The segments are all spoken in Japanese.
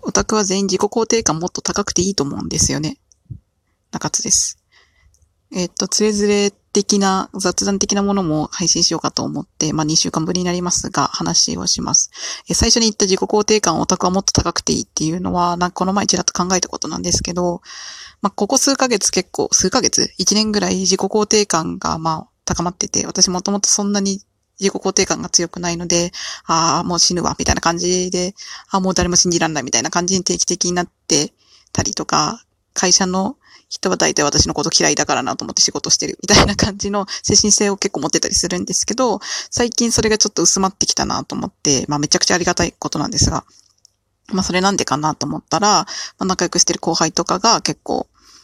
オタクは全員自己肯定感もっと高くていいと思うんですよね。中津です。つれづれ的な雑談的なものも配信しようかと思って、2週間ぶりになりますが、話をします。最初に言った自己肯定感オタクはもっと高くていいっていうのは、この前ちらっと考えたことなんですけど、ここ数ヶ月結構、数ヶ月 ?1 年ぐらい自己肯定感が高まってて、私もともとそんなに自己肯定感が強くないので、もう死ぬわ、みたいな感じで、もう誰も信じらんないみたいな感じに定期的になってたりとか、会社の人は大体私のこと嫌いだからなと思って仕事してるみたいな感じの精神性を結構持ってたりするんですけど、最近それがちょっと薄まってきたなと思って、めちゃくちゃありがたいことなんですが、それなんでかなと思ったら、仲良くしてる後輩とかが結構、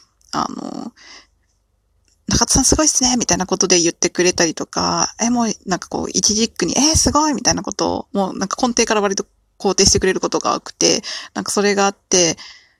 中津さんすごいっすねみたいなことで言ってくれたりとか、もう一字一句に、すごいみたいなことを、もう根底から割と肯定してくれることが多くて、それがあって、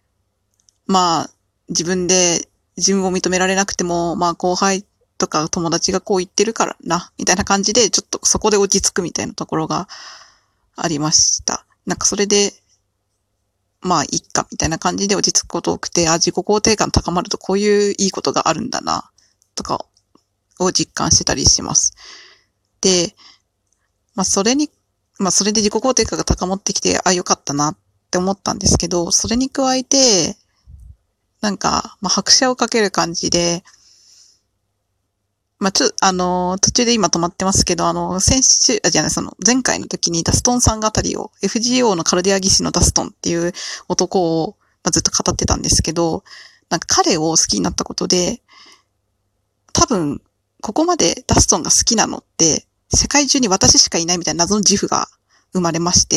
自分で自分を認められなくても、後輩とか友達がこう言ってるからな、みたいな感じで、ちょっとそこで落ち着くみたいなところがありました。それで、いっか、みたいな感じで落ち着くこと多くて、自己肯定感高まるとこういういいことがあるんだな、とかを実感してたりします。で、それで自己肯定感が高まってきて、良かったなって思ったんですけど、それに加えて、拍車をかける感じで、途中で今止まってますけど、前回の時にダストンさん語りを、FGO のカルディア技師のダストンっていう男を、ずっと語ってたんですけど、彼を好きになったことで、多分、ここまでダストンが好きなのって、世界中に私しかいないみたいな謎の自負が生まれまして、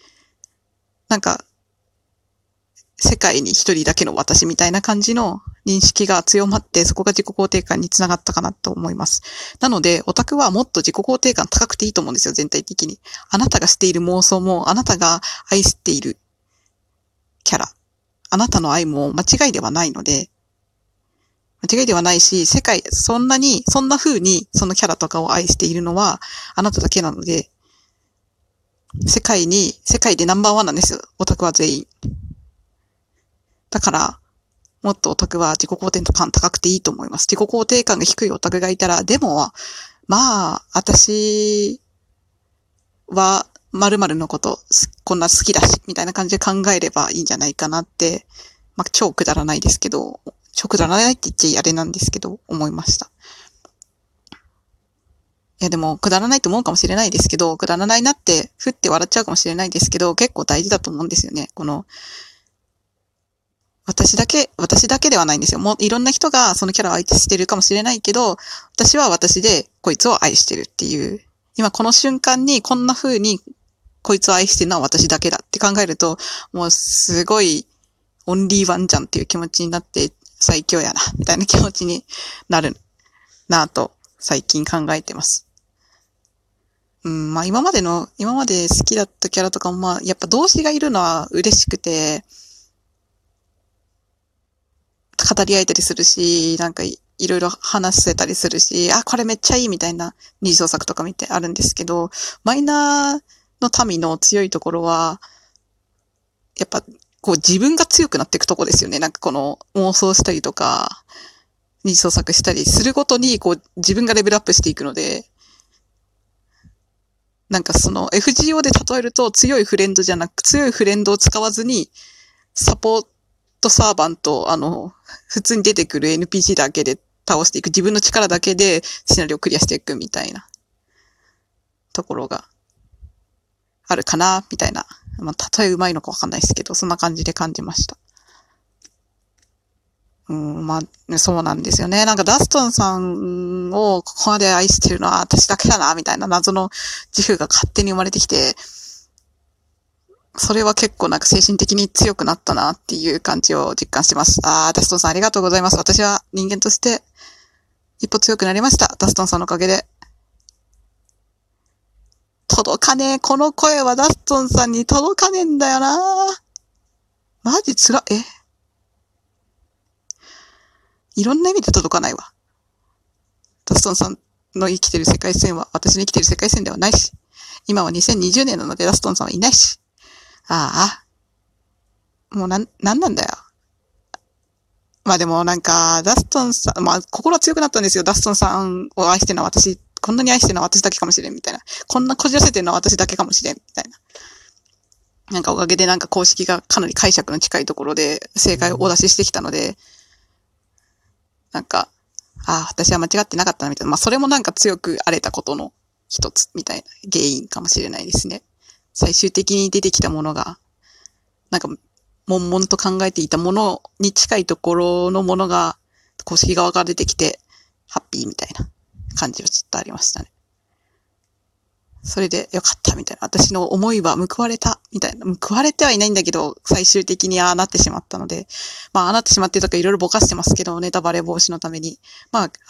世界に一人だけの私みたいな感じの認識が強まって、そこが自己肯定感につながったかなと思います。なので、オタクはもっと自己肯定感高くていいと思うんですよ、全体的に。あなたがしている妄想も、あなたが愛しているキャラ、あなたの愛も間違いではないので、間違いではないし、そんな風にそのキャラとかを愛しているのは、あなただけなので、世界でナンバーワンなんですよ、オタクは全員。だから、もっとオタクは自己肯定感高くていいと思います。自己肯定感が低いオタクがいたら、でも、私は〇〇のことこんな好きだし、みたいな感じで考えればいいんじゃないかなって、超くだらないですけど、超くだらないって言っちゃあれなんですけど、思いました。いやでも、くだらないと思うかもしれないですけど、くだらないなって、ふって笑っちゃうかもしれないですけど、結構大事だと思うんですよね。私だけではないんですよ。もういろんな人がそのキャラを愛してるかもしれないけど、私は私でこいつを愛してるっていう。今この瞬間にこんな風にこいつを愛してるのは私だけだって考えると、もうすごいオンリーワンじゃんっていう気持ちになって最強やな、みたいな気持ちになるなぁと最近考えてます。今まで好きだったキャラとかもやっぱ動詞がいるのは嬉しくて、語り合えたりするし、いろいろ話せたりするし、これめっちゃいいみたいな二次創作とか見てあるんですけど、マイナーの民の強いところは、やっぱ、自分が強くなっていくとこですよね。この妄想したりとか、二次創作したりするごとに、自分がレベルアップしていくので、FGO で例えると強いフレンドじゃなく、強いフレンドを使わずに、サポートサーバント、普通に出てくる NPC だけで倒していく。自分の力だけでシナリオをクリアしていくみたいなところがあるかな、みたいな。例えうまいのかわかんないですけど、そんな感じで感じました。そうなんですよね。ダストンさんをここまで愛してるのは私だけだな、みたいな謎の自負が勝手に生まれてきて、それは結構精神的に強くなったなっていう感じを実感してます。ダストンさんありがとうございます。私は人間として一歩強くなりました。ダストンさんのおかげで。届かねえ。この声はダストンさんに届かねえんだよな。マジつら、いろんな意味で届かないわ。ダストンさんの生きてる世界線は私の生きてる世界線ではないし、今は2020年なのでダストンさんはいないし。 もうなんなんだよ。まあでもなんか、ダストンさん、まあ心は強くなったんですよ。ダストンさんを愛してるのは私、こんなに愛してるのは私だけかもしれんみたいな。こんなこじらせてるのは私だけかもしれんみたいな。なんかおかげでなんか公式がかなり解釈の近いところで正解をお出ししてきたので、なんか、ああ、私は間違ってなかったなみたいな。まあそれもなんか強く荒れたことの一つみたいな原因かもしれないですね。最終的に出てきたものが、なんか、悶々と考えていたものに近いところのものが、公式側から出てきて、ハッピーみたいな感じはちょっとありましたね。それでよかったみたいな。私の思いは報われたみたいな。報われてはいないんだけど、最終的にああなってしまったので、まあああなってしまってとかいろいろぼかしてますけど、ネタバレ防止のために。まあ、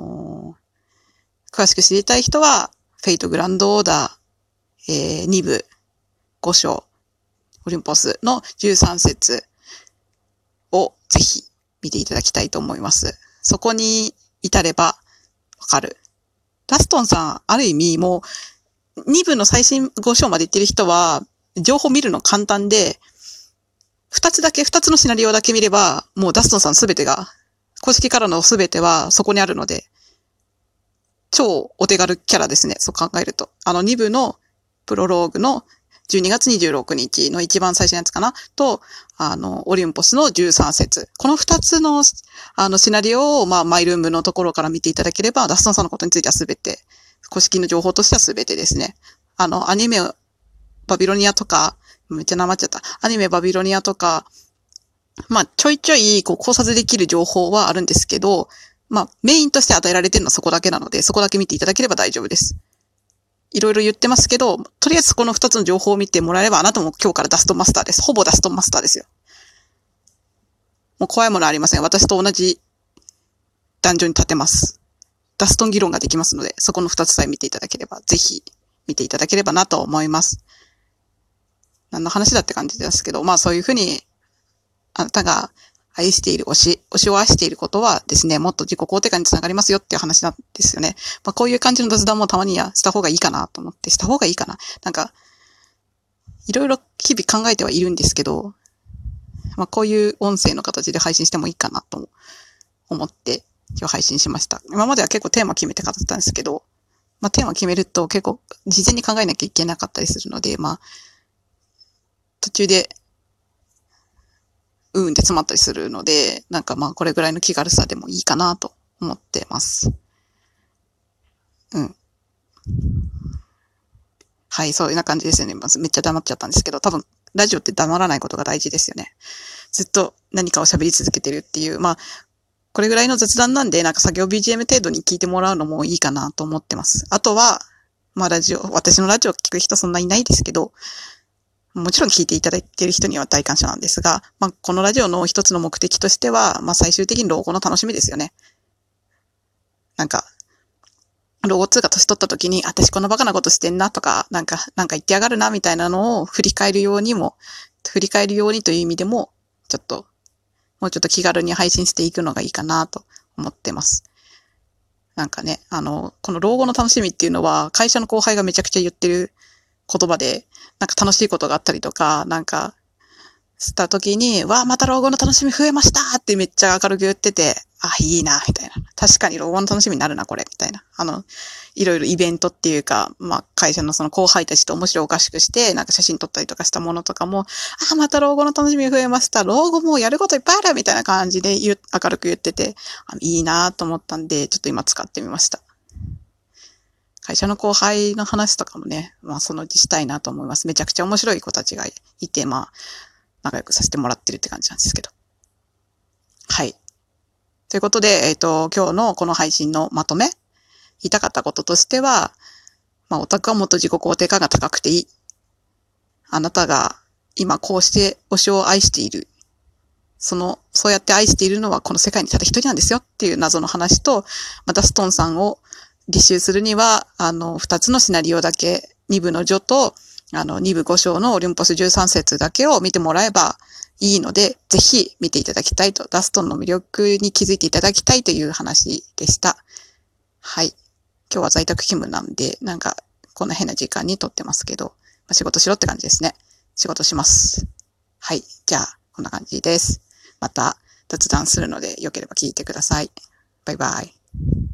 詳しく知りたい人は、フェイトグランドオーダー、2部、5章、オリンポスの13節をぜひ見ていただきたいと思います。そこに至ればわかる。ダストンさん、ある意味もう2部の最新5章まで行ってる人は情報見るの簡単で、2つのシナリオだけ見ればもうダストンさんすべてが、公式からのすべてはそこにあるので、超お手軽キャラですね。そう考えると。2部のプロローグの12月26日の一番最初のやつかなと、オリンポスの13節。この2つの、シナリオを、まあ、マイルームのところから見ていただければ、ダストンさんのことについてはすべて、公式の情報としてはすべてですね。アニメ、バビロニアとか、めっちゃなまっちゃった。アニメ、バビロニアとか、まあ、ちょいちょい、考察できる情報はあるんですけど、まあ、メインとして与えられてるのはそこだけなので、そこだけ見ていただければ大丈夫です。いろいろ言ってますけど、とりあえずこの2つの情報を見てもらえれば、あなたも今日からダストマスターです。ほぼダストマスターですよ。もう怖いものありません。私と同じダンジョンに立てます。ダストン議論ができますので、そこの2つさえ見ていただければ、ぜひ見ていただければなと思います。何の話だって感じですけど、まあそういうふうに、あなたが愛している推しを愛していることはですね、もっと自己肯定感につながりますよっていう話なんですよね。まあこういう感じの雑談もたまにはした方がいいかなと思って、した方がいいかな。なんか、いろいろ日々考えてはいるんですけど、まあこういう音声の形で配信してもいいかなと思って今日配信しました。今までは結構テーマ決めて語ったんですけど、まあテーマ決めると結構事前に考えなきゃいけなかったりするので、まあ途中でって詰まったりするので、なんかまあこれぐらいの気軽さでもいいかなと思ってます。うん。はい、そういうな感じですよね。まずめっちゃ黙っちゃったんですけど、多分ラジオって黙らないことが大事ですよね。ずっと何かを喋り続けてるっていう、まあ、これぐらいの雑談なんで、なんか作業 BGM 程度に聞いてもらうのもいいかなと思ってます。あとは、まあ私のラジオ聞く人そんないないですけど、もちろん聞いていただいている人には大感謝なんですが、まあ、このラジオの一つの目的としては、まあ、最終的に老後の楽しみですよね。なんか、老後2が年取った時に、私こんなバカなことしてんなとか、なんか言ってやがるなみたいなのを振り返るようにという意味でも、もうちょっと気軽に配信していくのがいいかなと思ってます。なんかね、この老後の楽しみっていうのは、会社の後輩がめちゃくちゃ言ってる言葉で、なんか楽しいことがあったりとか、なんか、した時に、わあ、また老後の楽しみ増えましたってめっちゃ明るく言ってて、あ、いいな、みたいな。確かに老後の楽しみになるな、これ、みたいな。いろいろイベントっていうか、まあ、会社のその後輩たちと面白おかしくして、なんか写真撮ったりとかしたものとかも、あ、また老後の楽しみ増えました。老後もうやることいっぱいある、みたいな感じで明るく言ってて、いいなと思ったんで、ちょっと今使ってみました。会社の後輩の話とかもね、まあそのうちしたいなと思います。めちゃくちゃ面白い子たちがいて、まあ、仲良くさせてもらってるって感じなんですけど。はい。ということで、今日のこの配信のまとめ、言いたかったこととしては、まあ、オタクはもっと自己肯定感が高くていい。あなたが今こうして推しを愛している。そうやって愛しているのはこの世界にただ一人なんですよっていう謎の話と、まあ、ダストンさんを履修するには、二つのシナリオだけ、二部の序と、二部五章のオリンポス13節だけを見てもらえばいいので、ぜひ見ていただきたいと、ダストンの魅力に気づいていただきたいという話でした。はい。今日は在宅勤務なんで、なんか、こんな変な時間に撮ってますけど、仕事しろって感じですね。仕事します。はい。じゃあ、 こんな感じです。また雑談するので、よければ聞いてください。バイバイ。